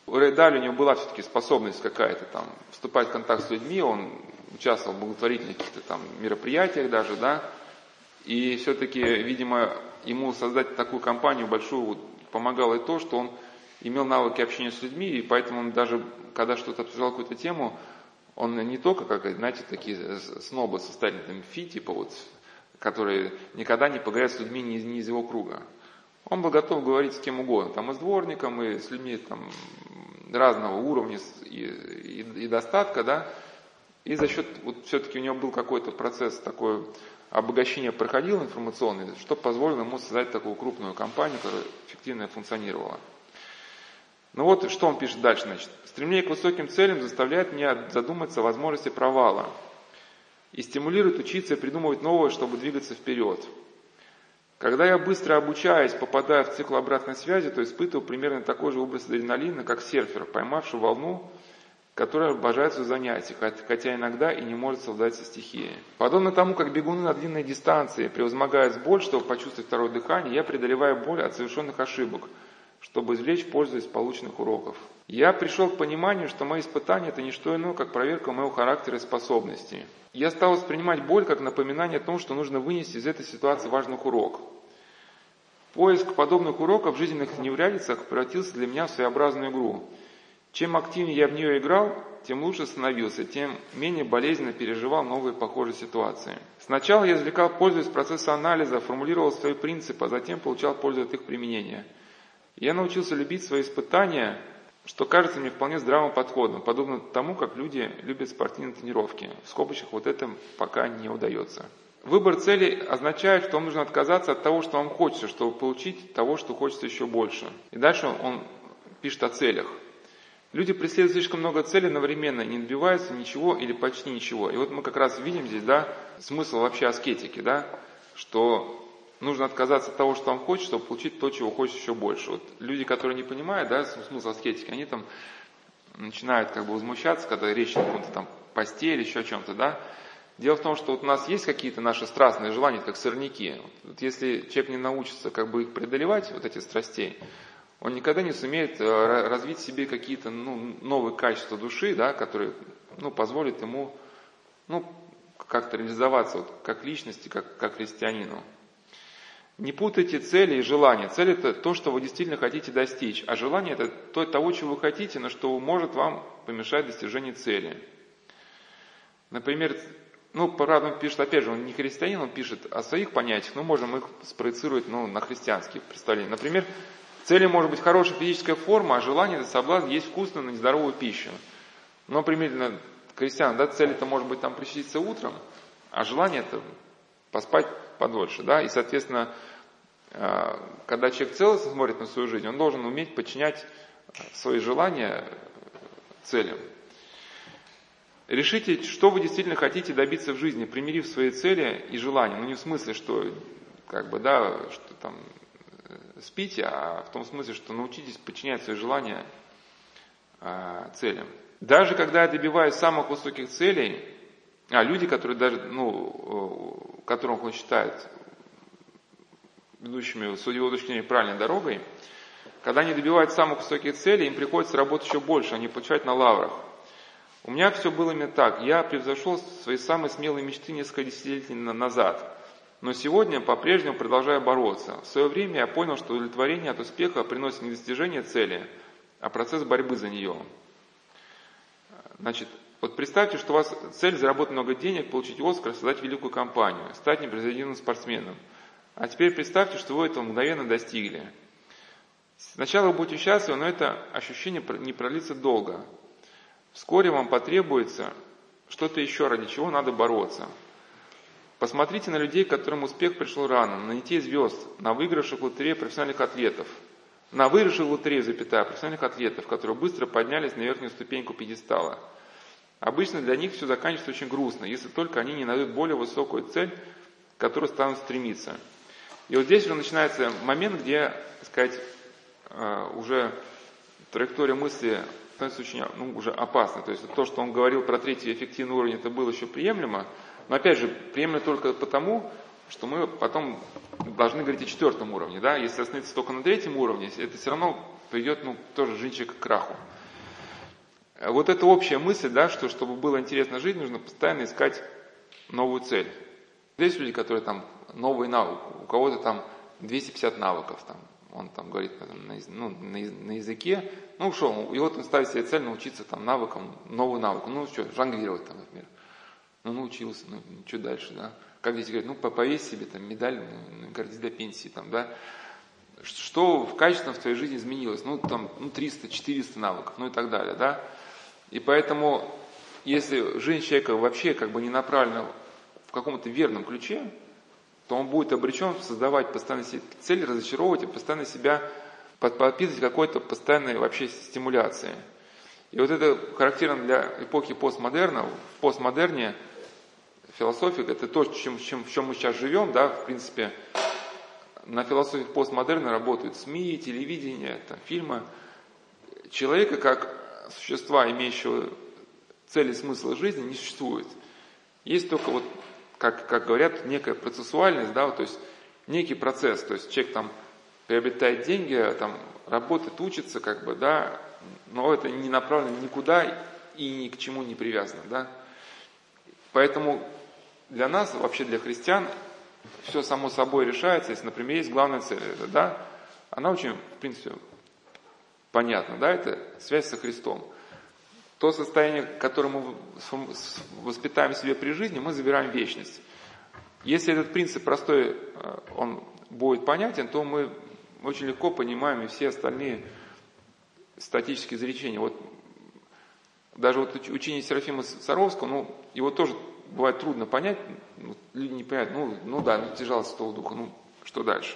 У Рэя Далио у него была все-таки способность какая-то там вступать в контакт с людьми, он участвовал в благотворительных каких-то там мероприятиях даже, да, и все-таки, видимо, ему создать такую компанию большую помогало и то, что он имел навыки общения с людьми, и поэтому он даже, когда что-то обсуждал какую-то тему, он не только, как, знаете, такие снобы состоятельные фи, типа вот, которые никогда не поговорят с людьми не из его круга. Он был готов говорить с кем угодно, там и с дворником, и с людьми там разного уровня и достатка, да, и за счет, вот все-таки у него был какой-то процесс такой обогащения проходил информационный, что позволило ему создать такую крупную компанию, которая эффективно функционировала. Ну вот, что он пишет дальше, значит. Стремление к высоким целям заставляет меня задуматься о возможности провала и стимулирует учиться и придумывать новое, чтобы двигаться вперед. Когда я быстро обучаюсь, попадая в цикл обратной связи, то испытываю примерно такой же выброс адреналина, как серфер, поймавший волну, которая обожает свое занятие, хотя иногда и не может совладать со стихией. Подобно тому, как бегуны на длинной дистанции превозмогают боль, чтобы почувствовать второе дыхание, я преодолеваю боль от совершенных ошибок, чтобы извлечь пользу из полученных уроков. Я пришел к пониманию, что мои испытания – это не что иное, как проверка моего характера и способностей. Я стал воспринимать боль как напоминание о том, что нужно вынести из этой ситуации важный урок. Поиск подобных уроков в жизненных неурядицах превратился для меня в своеобразную игру. Чем активнее я в нее играл, тем лучше становился, тем менее болезненно переживал новые похожие ситуации. Сначала я извлекал пользу из процесса анализа, формулировал свои принципы, а затем получал пользу от их применения. Я научился любить свои испытания, что кажется мне вполне здравым подходом, подобно тому, как люди любят спортивные тренировки. В скобочках вот это пока не удается. Выбор целей означает, что вам нужно отказаться от того, что вам хочется, чтобы получить того, что хочется еще больше. И дальше он пишет о целях. Люди преследуют слишком много целей одновременно, не добиваются ничего или почти ничего. И вот мы как раз видим здесь, да, смысл вообще аскетики, да, что нужно отказаться от того, что вам хочется, чтобы получить то, чего хочется еще больше. Вот люди, которые не понимают, да, смысл аскетики, они там начинают как бы возмущаться, когда речь о каком-то там посте или еще о чем-то, да. Дело в том, что вот у нас есть какие-то наши страстные желания, как сорняки. Вот если человек не научится как бы их преодолевать, вот эти страстей, он никогда не сумеет развить в себе какие-то новые качества души, да, которые позволят ему как-то реализоваться вот, как личности, как христианину. Не путайте цели и желания. Цель – это то, что вы действительно хотите достичь, а желание – это того, чего вы хотите, но что может вам помешать достижению цели. Например, правда, он пишет, опять же, он не христианин, он пишет о своих понятиях, но можем их спроецировать на христианские представления. Например, целью может быть хорошая физическая форма, а желание – это соблазн есть вкусную, но нездоровую пищу. Примерно христиан, да, цель это может быть там причаститься утром, а желание это поспать подольше, да, и, соответственно, когда человек целостно смотрит на свою жизнь, он должен уметь подчинять свои желания целям. Решите, что вы действительно хотите добиться в жизни, примирив свои цели и желания. Не в смысле, что что там спите, а в том смысле, что научитесь подчинять свои желания целям. Даже когда я добиваюсь самых высоких целей, люди, которые даже, которых он считает ведущими, с его точки зрения, правильной дорогой, когда они добиваются самых высоких целей, им приходится работать еще больше, они получают на лаврах. У меня все было именно так. Я превзошел свои самые смелые мечты несколько десятилетий назад. Но сегодня по-прежнему продолжаю бороться. В свое время я понял, что удовлетворение от успеха приносит не достижение цели, а процесс борьбы за нее. Значит, вот представьте, что у вас цель заработать много денег, получить Оскар, создать великую компанию, стать непревзойденным спортсменом. А теперь представьте, что вы этого мгновенно достигли. Сначала вы будете счастливы, но это ощущение не продлится долго. Вскоре вам потребуется что-то еще, ради чего надо бороться. Посмотрите на людей, которым успех пришел рано, на детей звезд, на выигравших в лотерею профессиональных атлетов, профессиональных атлетов, которые быстро поднялись на верхнюю ступеньку пьедестала. Обычно для них все заканчивается очень грустно, если только они не найдут более высокую цель, к которой станут стремиться. И вот здесь уже начинается момент, где, уже траектория мысли становится очень уже опасно. То есть то, что он говорил про третий эффективный уровень, это было еще приемлемо. Но опять же, приемлемо только потому, что мы потом должны говорить о четвертом уровне. Да? Если остановиться только на третьем уровне, это все равно приведет, тоже жизнь человека к краху. Вот эта общая мысль, да, что чтобы было интересно жить, нужно постоянно искать новую цель. Есть люди, которые там новый навык, у кого-то там 250 навыков, там, он там говорит на языке, ушел, и вот он ставит себе цель научиться там навыкам, новый навык, жонглировать там, например. Научился, что дальше, да. Как дети говорят, повесь себе там медаль, гордись до пенсии, там, да. Что качественно в твоей жизни изменилось? 300-400 навыков, и так далее, да. И поэтому, если жизнь человека вообще не направлена в каком-то верном ключе, то он будет обречен создавать постоянно себе цели, разочаровывать и постоянно себя подпитывать какой-то постоянной вообще стимуляцией. И вот это характерно для эпохи постмодерна. В постмодерне философия, это то, в чем мы сейчас живем, да, в принципе, на философии постмодерна работают СМИ, телевидение, фильмы. Человека как существа, имеющего цель и смысл жизни, не существует. Есть только как говорят, некая процессуальность, да, то есть некий процесс, то есть человек там приобретает деньги, там работает, учится, да, но это не направлено никуда и ни к чему не привязано, да. Поэтому для нас, вообще для христиан, все само собой решается, если, например, есть главная цель, да, она очень, в принципе, понятна, да, это связь со Христом. То состояние, которое мы воспитаем в себе при жизни, мы забираем в вечность. Если этот принцип простой, он будет понятен, то мы очень легко понимаем и все остальные статические изречения. Даже учение Серафима Саровского, его тоже бывает трудно понять, люди не понимают, тяжело Святого Духа, что дальше?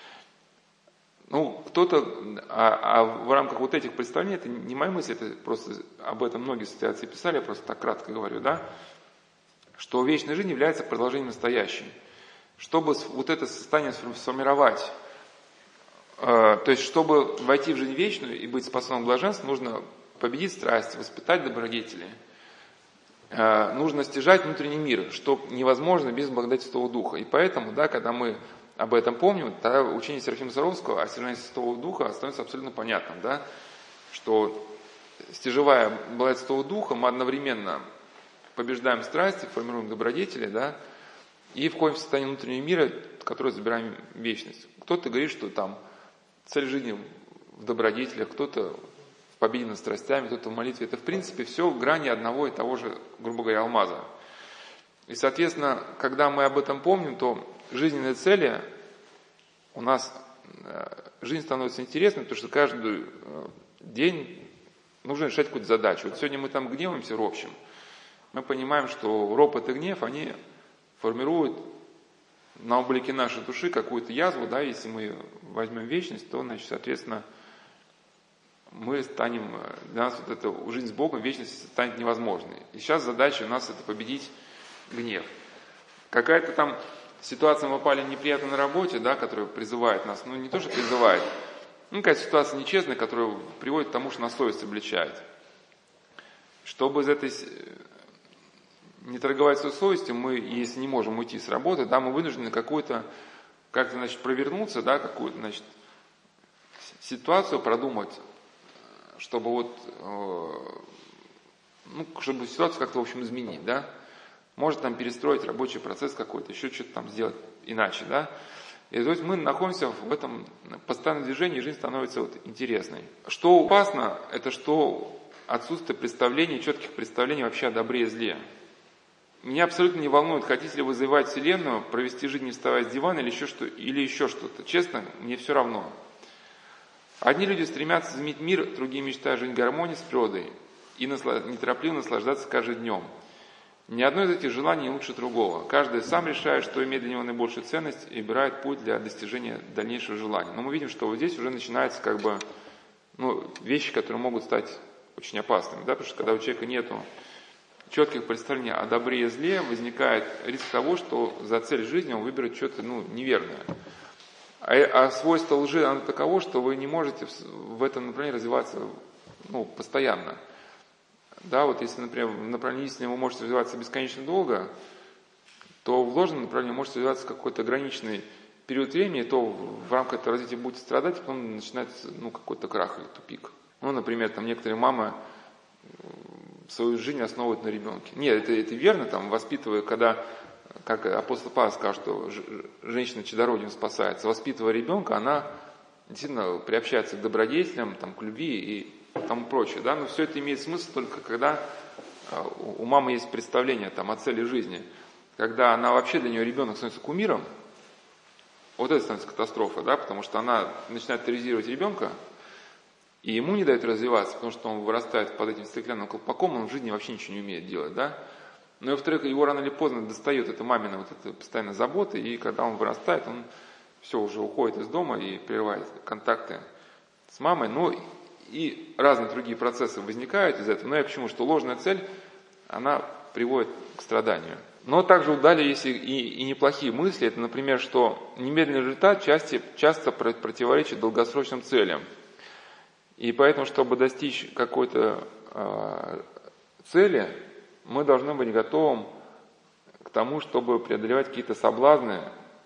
Кто-то, в рамках этих представлений, это не моя мысль, это просто об этом многие ассоциации писали, я просто так кратко говорю, да, что вечная жизнь является продолжением настоящей. Чтобы это состояние сформировать, то есть чтобы войти в жизнь вечную и быть способным к блаженству, нужно победить страсти, воспитать добродетели, нужно стяжать внутренний мир, что невозможно без благодати Святого Духа. И поэтому, да, когда мы об этом помним, тогда учение Серафима Саровского о стяжании Святого Духа становится абсолютно понятным, да, что стяжевая благодать Святого Духа, мы одновременно побеждаем страсти, формируем добродетели, да, и входим в состояние внутреннего мира, которое забираем вечность. Кто-то говорит, что там цель жизни в добродетелях, кто-то в победе над страстями, кто-то в молитве. Это, в принципе, все грани одного и того же, грубо говоря, алмаза. И, соответственно, когда мы об этом помним, то жизненные цели у нас, жизнь становится интересной, потому что каждый день нужно решать какую-то задачу. Сегодня мы там гневаемся, ропщим. Мы понимаем, что ропот и гнев, они формируют на облике нашей души какую-то язву, да, если мы возьмем вечность, то, соответственно, мы станем, для нас эта жизнь с Богом, вечность станет невозможной. И сейчас задача у нас это победить гнев. Какая-то там ситуация, мы попали неприятно на работе, да, которая призывает нас, не то, что призывает, какая-то ситуация нечестная, которая приводит к тому, что нас совесть обличает. Чтобы из этой не торговать своей совестью, мы, если не можем уйти с работы, да, мы вынуждены как-то, провернуться, да, какую-то, ситуацию продумать, чтобы чтобы ситуацию как-то, в общем, изменить, да. Может там перестроить рабочий процесс какой-то, еще что-то там сделать иначе, да. И то есть мы находимся в этом постоянном движении, и жизнь становится интересной. Что опасно, это что отсутствие представлений, четких представлений вообще о добре и зле. Меня абсолютно не волнует, хотите ли вы завоевать Вселенную, провести жизнь не вставая с дивана или еще что-то. Честно, мне все равно. Одни люди стремятся изменить мир, другие мечтают жить в гармонии с природой и неторопливо наслаждаться каждым днем. Ни одно из этих желаний не лучше другого. Каждый сам решает, что имеет для него наибольшую ценность, и выбирает путь для достижения дальнейшего желания. Но мы видим, что здесь уже начинаются вещи, которые могут стать очень опасными. Да? Потому что когда у человека нету четких представлений о добре и зле, возникает риск того, что за цель жизни он выберет что-то неверное. А свойство лжи, оно таково, что вы не можете в этом направлении развиваться постоянно. Да, если, например, в направлении истины вы можете развиваться бесконечно долго, то в ложном направлении может развиваться какой-то ограниченный период времени, то в рамках этого развития будете страдать, и потом начинается какой-то крах или тупик. Например, там некоторые мамы свою жизнь основывают на ребенке. Нет, это верно, воспитывая, когда, как апостол Павел скажет, что женщина чадородием спасается, воспитывая ребенка, она действительно приобщается к добродетелям, к любви и тому прочее. Да? Но все это имеет смысл только когда у мамы есть представление о цели жизни. Когда она вообще для нее ребенок становится кумиром, вот это становится катастрофа, да? Потому что она начинает терроризировать ребенка, и ему не дает развиваться, потому что он вырастает под этим стеклянным колпаком, он в жизни вообще ничего не умеет делать, да? Но и во-вторых, его рано или поздно достает эта мамина эта постоянная забота, и когда он вырастает, он все уже уходит из дома и прерывает контакты с мамой. И разные другие процессы возникают из этого. Но я к чему? Что ложная цель, она приводит к страданию. Но также у Дали есть и неплохие мысли. Это, например, что немедленный результат часто противоречит долгосрочным целям. И поэтому, чтобы достичь какой-то цели, мы должны быть готовым к тому, чтобы преодолевать какие-то соблазны,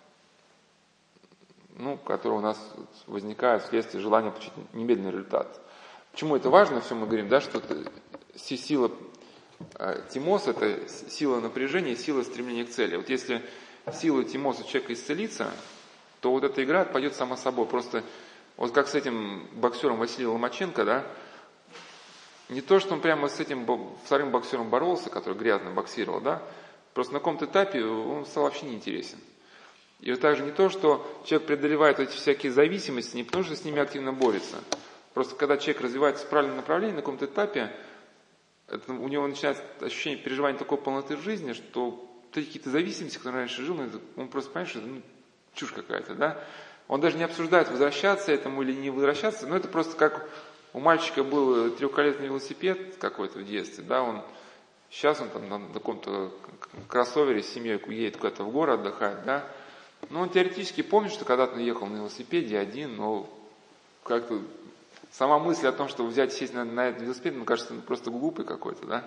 которые у нас возникают вследствие желания получить немедленный результат. Почему это важно? Все мы говорим, да, что это сила тимоса, это сила напряжения, сила стремления к цели. Вот если сила тимоса человека исцелится, то вот эта игра пойдет сама собой. Просто вот как с этим боксером Василием Ломаченко, да, не то, что он прямо с этим вторым боксером боролся, который грязно боксировал, да, просто на каком-то этапе он стал вообще неинтересен. И вот также не то, что человек преодолевает эти всякие зависимости, не потому что с ними активно борется. Просто когда человек развивается в правильном направлении, на каком-то этапе, у него начинается ощущение переживания такой полноты в жизни, что какие-то зависимости, которые раньше жил, он просто понимает, что это чушь какая-то, да. Он даже не обсуждает, возвращаться этому или не возвращаться, но это просто как у мальчика был трехколесный велосипед какой-то в детстве, да, сейчас он на каком-то кроссовере с семьей едет куда-то в город отдыхать, да. Он теоретически помнит, что когда-то он ехал на велосипеде один, но как-то сама мысль о том, чтобы взять и сесть на этот велосипед, мне кажется, просто глупый какой-то, да.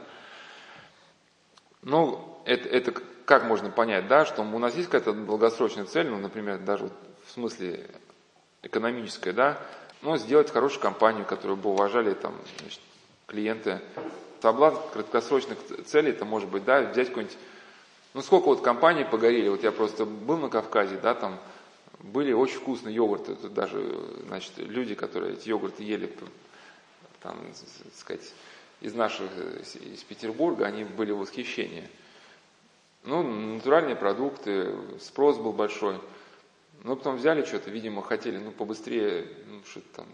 Это как можно понять, да, что у нас есть какая-то долгосрочная цель, например, даже в смысле экономическая, да, сделать хорошую компанию, которую бы уважали клиенты. Соблазн краткосрочных целей, это может быть, да, взять какой-нибудь, сколько компаний погорели, я просто был на Кавказе, да, там были очень вкусные йогурты, тут даже, люди, которые эти йогурты ели, так сказать, из Петербурга, они были в восхищении. Натуральные продукты, спрос был большой. Потом взяли что-то, видимо, хотели, побыстрее, что-то там,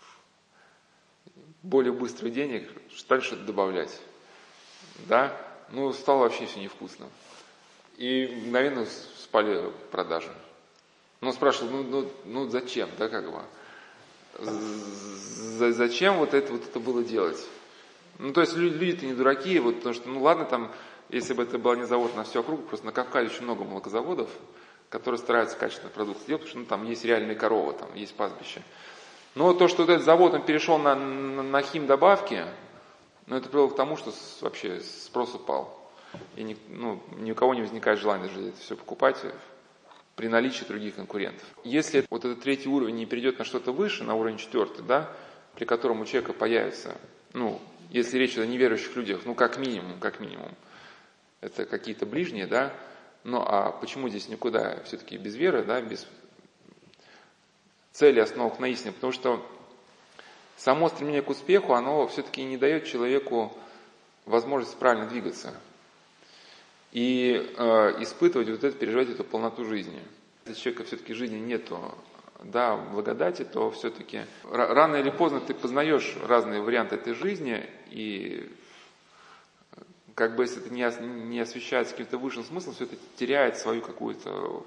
более быстрый денег, стали что-то добавлять. Да? Стало вообще все невкусно. И мгновенно спали продажи. Спрашивал, зачем, да, зачем вот это было делать? То есть люди-то не дураки, потому что, ладно, если бы это был не завод на всю округу, просто на Кавказе очень много молокозаводов, которые стараются качественный продукт сделать, потому что там есть реальные коровы, там есть пастбище. Но то, что этот завод он перешел на химдобавки, это привело к тому, что вообще спрос упал. И ни у кого не возникает желания даже это все покупать при наличии других конкурентов. Если вот этот третий уровень не перейдет на что-то выше, на уровень четвертый, да, при котором у человека появится, если речь о неверующих людях, как минимум, это какие-то ближние, да, а почему здесь никуда все-таки без веры, да, без цели, основанных на истине? Потому что само стремление к успеху, оно все-таки не дает человеку возможность правильно двигаться и испытывать переживать эту полноту жизни. Если у человека все-таки в жизни нету, да, благодати, то все-таки рано или поздно ты познаешь разные варианты этой жизни, и если это не освещается каким-то высшим смыслом, все это теряет свою какую-то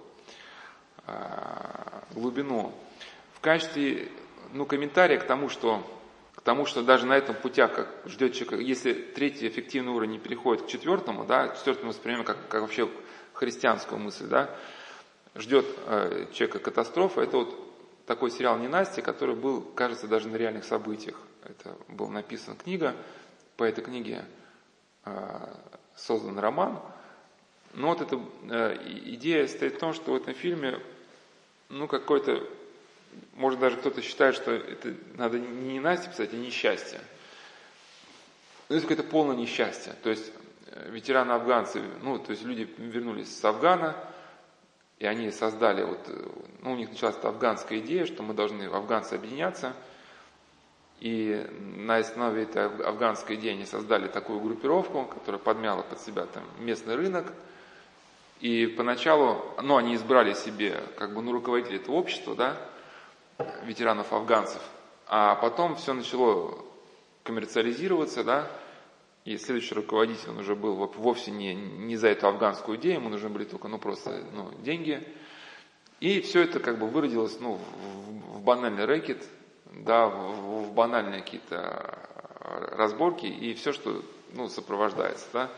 глубину. В качестве комментария к тому, что даже на этом путях, как ждет человека, если третий эффективный уровень не переходит к четвертому, да, четвертому воспринимаем как вообще христианскую мысль, да, ждет человека катастрофа. Это такой сериал «Ненастье», который был, кажется, даже на реальных событиях. Это была написана книга, по этой книге создан роман. Но эта идея стоит в том, что в этом фильме какой-то, может даже кто-то считает, что это надо не ненастье писать, а несчастье. Но это какое-то полное несчастье. То есть ветераны-афганцы, то есть люди вернулись с Афгана, и они создали, у них началась эта афганская идея, что мы должны, афганцы, объединяться. И на основе этой афганской идеи они создали такую группировку, которая подмяла под себя там местный рынок. И поначалу, они избрали себе руководителей этого общества, да, ветеранов-афганцев. А потом все начало коммерциализироваться, да, и следующий руководитель, он уже был вовсе не за эту афганскую идею, ему нужны были только, просто деньги. И все это выродилось, в банальный рэкет, да, в банальные какие-то разборки и все, что, сопровождается, да.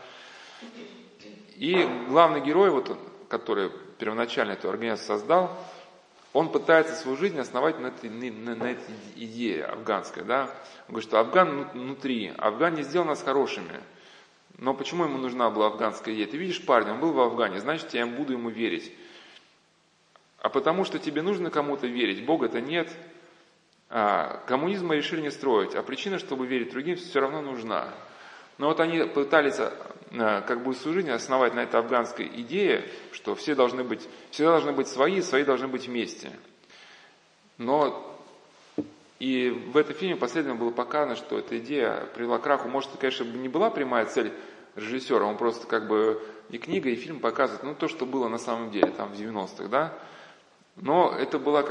И главный герой, который первоначально эту организацию создал, он пытается свою жизнь основать на этой идее афганской, да. Он говорит, что Афган внутри, Афган не сделал нас хорошими. Но почему ему нужна была афганская идея? Ты видишь парня, он был в Афгане, значит, я буду ему верить. А потому что тебе нужно кому-то верить, Бога-то нет. Коммунизм мы решили не строить, а причина, чтобы верить другим, все равно нужна. Но они пытались свою жизнь основать на этой афганской идее, что всегда должны быть свои должны быть вместе. Но и в этом фильме последовательно было показано, что эта идея привела к краху. Может, это, конечно, не была прямая цель режиссера, он просто и книга, и фильм показывает, то, что было на самом деле, там в 90-х, да. Но это была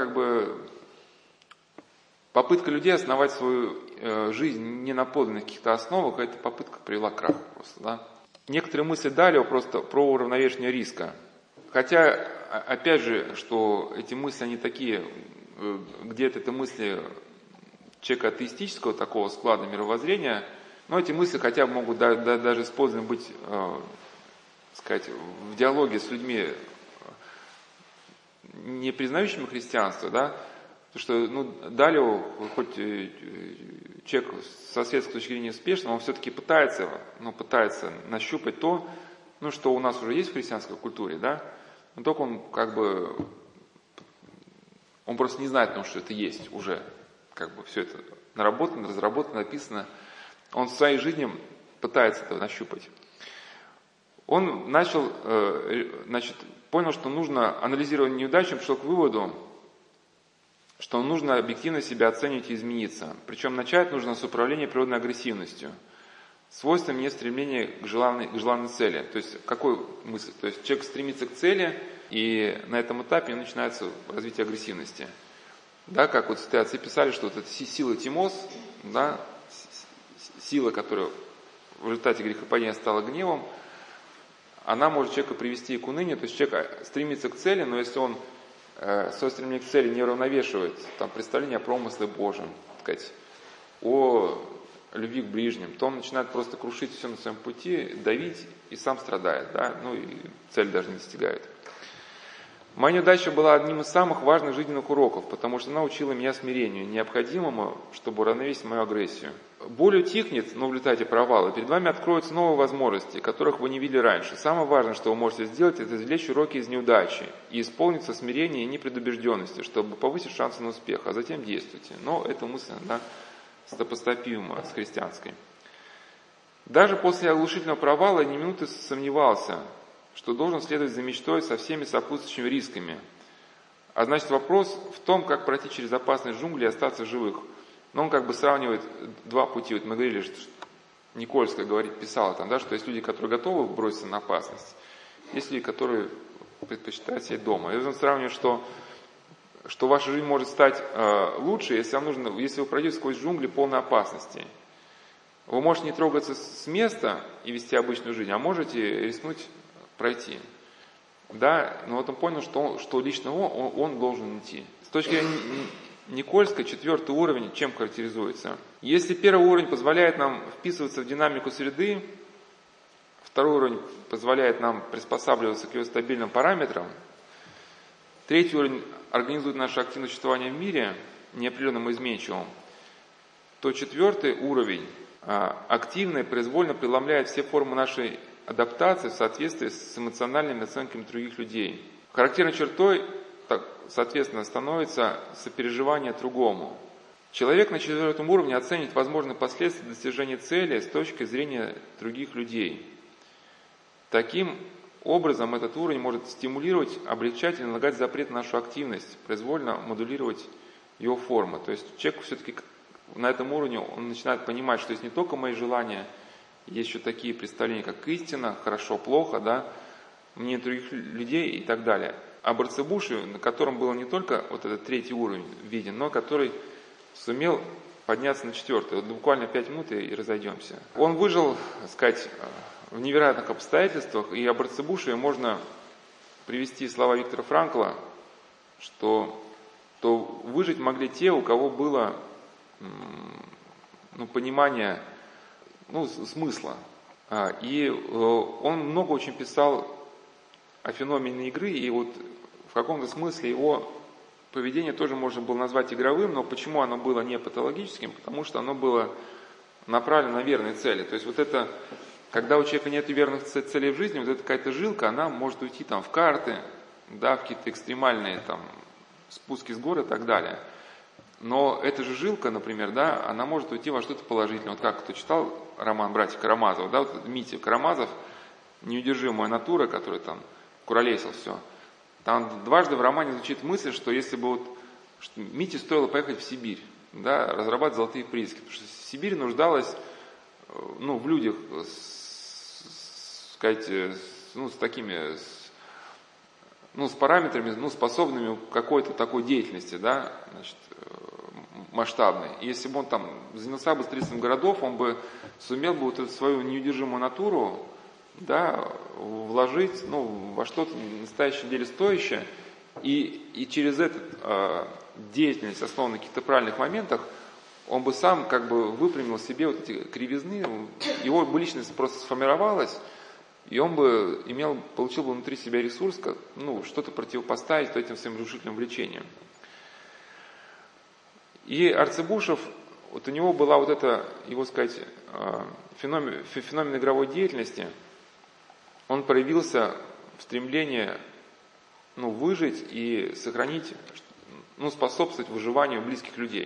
попытка людей основать свою жизнь не на подлинных каких-то основах, а эта попытка привела к краху просто, да. Некоторые мысли Далио просто про уравновешивание риска. Хотя, опять же, что эти мысли, они такие, где-то это мысли человека атеистического такого склада мировоззрения, но эти мысли хотя бы могут даже использованы быть, в диалоге с людьми, не признающими христианство, да, потому что, Далио, хоть человек со светской точки зрения успешный, он все-таки пытается нащупать то, что у нас уже есть в христианской культуре, да, но только он он просто не знает, что это есть уже, все это наработано, разработано, написано. Он в своей жизни пытается это нащупать. Он понял, что нужно анализировать неудачу, пришел к выводу, что нужно объективно себя оценивать и измениться. Причем начать нужно с управления природной агрессивностью. Свойством нет стремления к желанной цели. То есть, какой мысль? То есть, человек стремится к цели, и на этом этапе начинается развитие агрессивности. Да, как святые отцы писали, что эта сила тимос, да, сила, которая в результате грехопадения стала гневом, она может человека привести к унынию. То есть, человек стремится к цели, но если он свое стремление к цели не уравновешивает представление о промысле Божьем, о любви к ближним, то он начинает просто крушить все на своем пути, давить и сам страдает, да, и цель даже не достигает. Моя неудача была одним из самых важных жизненных уроков, потому что она учила меня смирению, необходимому, чтобы уравновесить мою агрессию. Боль утихнет, но в результате провала, перед вами откроются новые возможности, которых вы не видели раньше. Самое важное, что вы можете сделать, это извлечь уроки из неудачи и исполниться смирением и непредубежденностью, чтобы повысить шансы на успех, а затем действуйте. Но эта мысль, сопоставима с христианской. Даже после оглушительного провала я ни минуты сомневался, что должен следовать за мечтой со всеми сопутствующими рисками. А значит, вопрос в том, как пройти через опасные джунгли и остаться в живых. Но он сравнивает два пути. Мы говорили, что Никольская писала что есть люди, которые готовы броситься на опасность, есть люди, которые предпочитают сидеть дома. И он сравнивает, что ваша жизнь может стать лучше, если вы пройдете сквозь джунгли полной опасности. Вы можете не трогаться с места и вести обычную жизнь, а можете рискнуть пройти. Да, но он понял, что лично он должен идти. С точки зрения Никольской, 4-й уровень чем характеризуется? Если первый уровень позволяет нам вписываться в динамику среды, второй уровень позволяет нам приспосабливаться к ее стабильным параметрам, третий уровень организует наше активное существование в мире, неопределенным и изменчивым, то 4-й уровень активно и произвольно преломляет все формы нашей адаптации в соответствии с эмоциональными оценками других людей. Характерной чертой соответственно, становится сопереживание другому. Человек на 4 уровне оценит возможные последствия достижения цели с точки зрения других людей. Таким образом, этот уровень может стимулировать, облегчать или налагать запрет на нашу активность, произвольно модулировать ее формы. То есть человек все-таки на этом уровне он начинает понимать, что есть не только мои желания, есть еще такие представления, как истина, хорошо, плохо, да, мнение других людей и так далее. А Барцебуши, на котором был не только вот этот 3 уровень виден, но который сумел подняться на 4. Вот буквально 5 минут и разойдемся. Он выжил, так сказать, в невероятных обстоятельствах, и о Барцебушеве можно привести слова Виктора Франкла, что выжить могли те, у кого было понимание смысла. И он много очень писал о феномене игры, и вот в каком-то смысле его поведение тоже можно было назвать игровым, но почему оно было не патологическим? Потому что оно было направлено на верные цели. То есть вот это, когда у человека нет верных целей в жизни, вот эта какая-то жилка, она может уйти там в карты, да, в какие-то экстремальные там спуски с гор и так далее. Но эта же жилка, например, да, она может уйти во что-то положительное. Вот как кто читал роман «Братья Карамазовы», да, вот Митя Карамазов, неудержимая натура, который там куролесил все. Там дважды в романе звучит мысль, что если бы Мите стоило поехать в Сибирь, да, разрабатывать золотые прииски, потому что Сибирь нуждалась в людях, с такими, с параметрами, способными к какой-то такой деятельности, да, значит, масштабной. И если бы он там занялся бы строительством городов, он бы сумел бы вот эту свою неудержимую натуру, да, вложить во что-то на настоящем деле стоящее, и через эту деятельность, основанную на каких-то правильных моментах, он бы сам как бы выпрямил себе вот эти кривизны, его бы личность просто сформировалась, и он бы получил бы внутри себя ресурс, что-то противопоставить этим своим разрушительным влечениям. И Арцебушев, вот у него была вот эта, его сказать, феномен игровой деятельности, он проявился в стремлении выжить и сохранить, способствовать выживанию близких людей.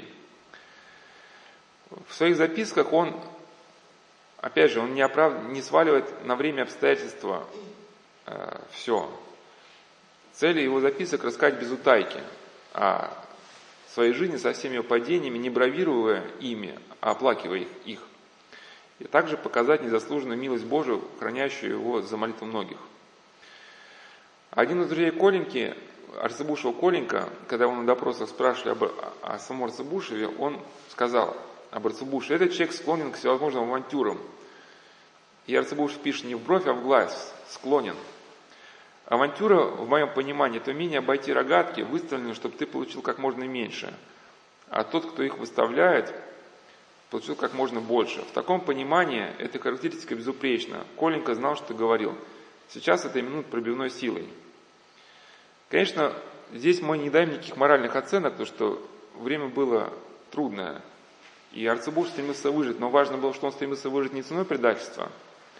В своих записках он, опять же, он не сваливает на время обстоятельства все. Цель его записок рассказать без утайки о своей жизни со всеми ее падениями, не бравируя ими, а оплакивая их. И также показать незаслуженную милость Божию, хранящую его за молитву многих. Один из друзей Коленьки, Арцебушева Коленька, когда его на допросах спрашивали о самом Арцебушеве, он сказал об Арцебушеве: этот человек склонен к всевозможным авантюрам. И Арцебушев пишет не в бровь, а в глаз, склонен. Авантюра, в моем понимании, это умение обойти рогатки, выставленные, чтобы ты получил как можно меньше. А тот, кто их выставляет, получил как можно больше. В таком понимании эта характеристика безупречна. Коленька знал, что говорил. Сейчас это именуют пробивной силой. Конечно, здесь мы не даем никаких моральных оценок, потому что время было трудное. И Арцебушев стремился выжить, но важно было, что он стремился выжить не ценой предательства.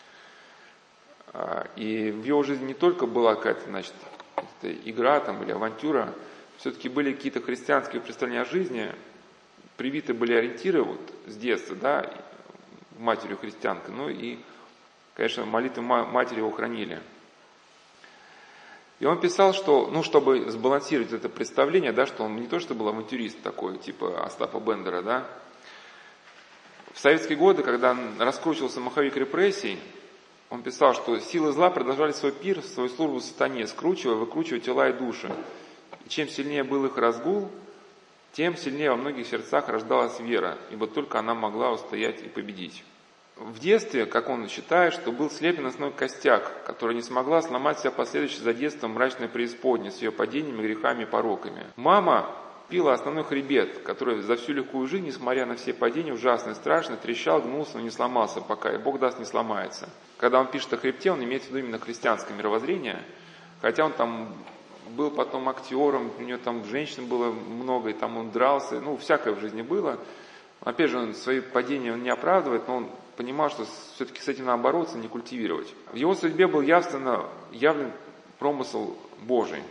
И в его жизни не только была какая-то, игра там, или авантюра, все-таки были какие-то христианские представления о жизни, привиты были ориентиры с детства, да, матерью христианкой, и, конечно, молитвы матери его хранили. И он писал, что, чтобы сбалансировать это представление, да, что он не то, что был авантюрист такой, типа Остапа Бендера, да. В советские годы, когда раскручивался маховик репрессий, он писал, что силы зла продолжали свой пир, свою службу сатане, скручивая, выкручивая тела и души. И чем сильнее был их разгул, тем сильнее во многих сердцах рождалась вера, ибо только она могла устоять и победить. В детстве, как он считает, что был слеплен основной костяк, который не смогла сломать себя последующей за детством мрачной преисподней с ее падениями, грехами и пороками. Мама пила основной хребет, который за всю легкую жизнь, несмотря на все падения, ужасно и страшно, трещал, гнулся, но не сломался пока, и Бог даст, не сломается. Когда он пишет о хребте, он имеет в виду именно христианское мировоззрение, хотя он там был потом актером, у него там женщин было много, и там он дрался, всякое в жизни было. Опять же, свои падения он не оправдывает, но он понимал, что все-таки с этим надо бороться, не культивировать. В его судьбе был явлен промысел Божий.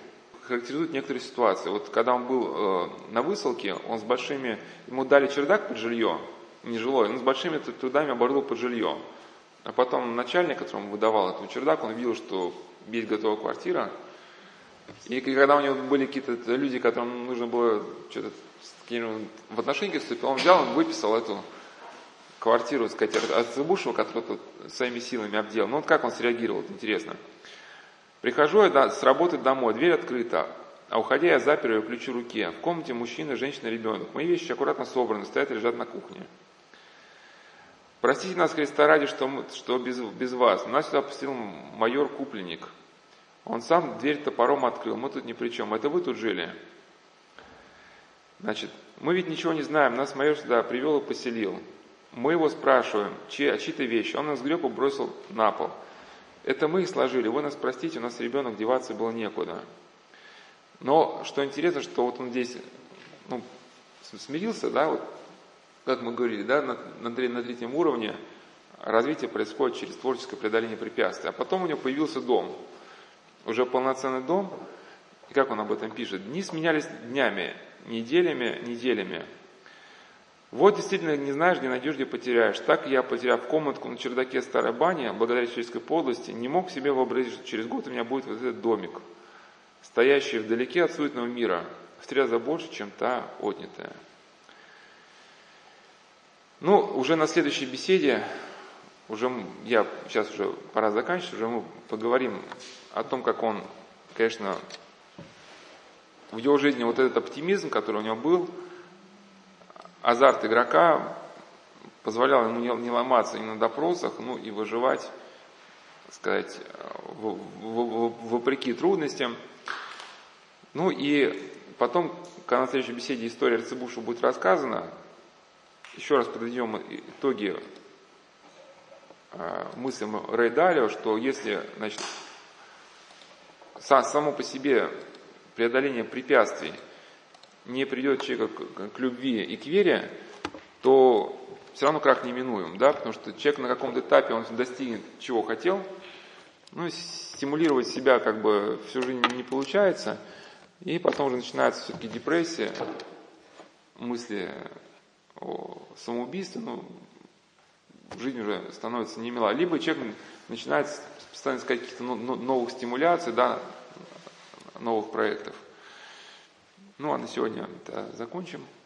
характеризует некоторые ситуации. Вот когда он был на высылке, он с большими, ему дали чердак под жилье, нежилой, он с большими трудами оборудовал под жилье. А потом начальник, которому выдавал этот чердак, он видел, что есть готовая квартира. И когда у него были какие-то люди, которым нужно было что-то в отношении вступить, он взял, он выписал эту квартиру, так сказать, от Цыбушева, которую своими силами обделал. Ну вот как он среагировал, интересно. Прихожу я с работы домой, дверь открыта, а уходя я запер ее ключ в руке. В комнате мужчина, женщина, ребенок. Мои вещи аккуратно собраны, стоят и лежат на кухне. Простите нас, Христа ради, что без вас. Нас сюда пустил майор-купленник. Он сам дверь топором открыл, мы тут ни при чем. Это вы тут жили? Значит, мы ведь ничего не знаем, нас майор сюда привел и поселил. Мы его спрашиваем, чьи-то вещи. Он нас греб и бросил на пол. Это мы их сложили, вы нас простите, у нас ребенок, деваться было некуда. Но, что интересно, что вот он здесь смирился, да, вот, как мы говорили, да, на третьем уровне развитие происходит через творческое преодоление препятствий. А потом у него появился дом, уже полноценный дом, и как он об этом пишет, дни сменялись днями, неделями. Вот действительно не знаешь, где найдешь, где потеряешь. Так я, потеряв комнатку на чердаке старой бани, благодаря человеческой подлости, не мог себе вообразить, что через год у меня будет вот этот домик, стоящий вдалеке от суетного мира, в 3 раза больше, чем та отнятая. Ну, уже на следующей беседе, сейчас уже пора заканчивать, уже мы поговорим о том, как он, конечно, в его жизни вот этот оптимизм, который у него был, азарт игрока позволял ему не ломаться ни на допросах, и выживать, так сказать, вопреки трудностям. Ну и потом, когда на следующей беседе история Арцебуша будет рассказана, еще раз подведем итоги мыслям Рэй Далио, что если, значит, само по себе преодоление препятствий не придет человека к любви и к вере, то все равно крах неминуем, да, потому что человек на каком-то этапе он достигнет чего хотел, стимулировать себя как бы всю жизнь не получается, и потом уже начинается все-таки депрессия, мысли о самоубийстве, жизнь уже становится немила. Либо человек начинает постоянно искать каких-то новых стимуляций, да, новых проектов. А на сегодня закончим.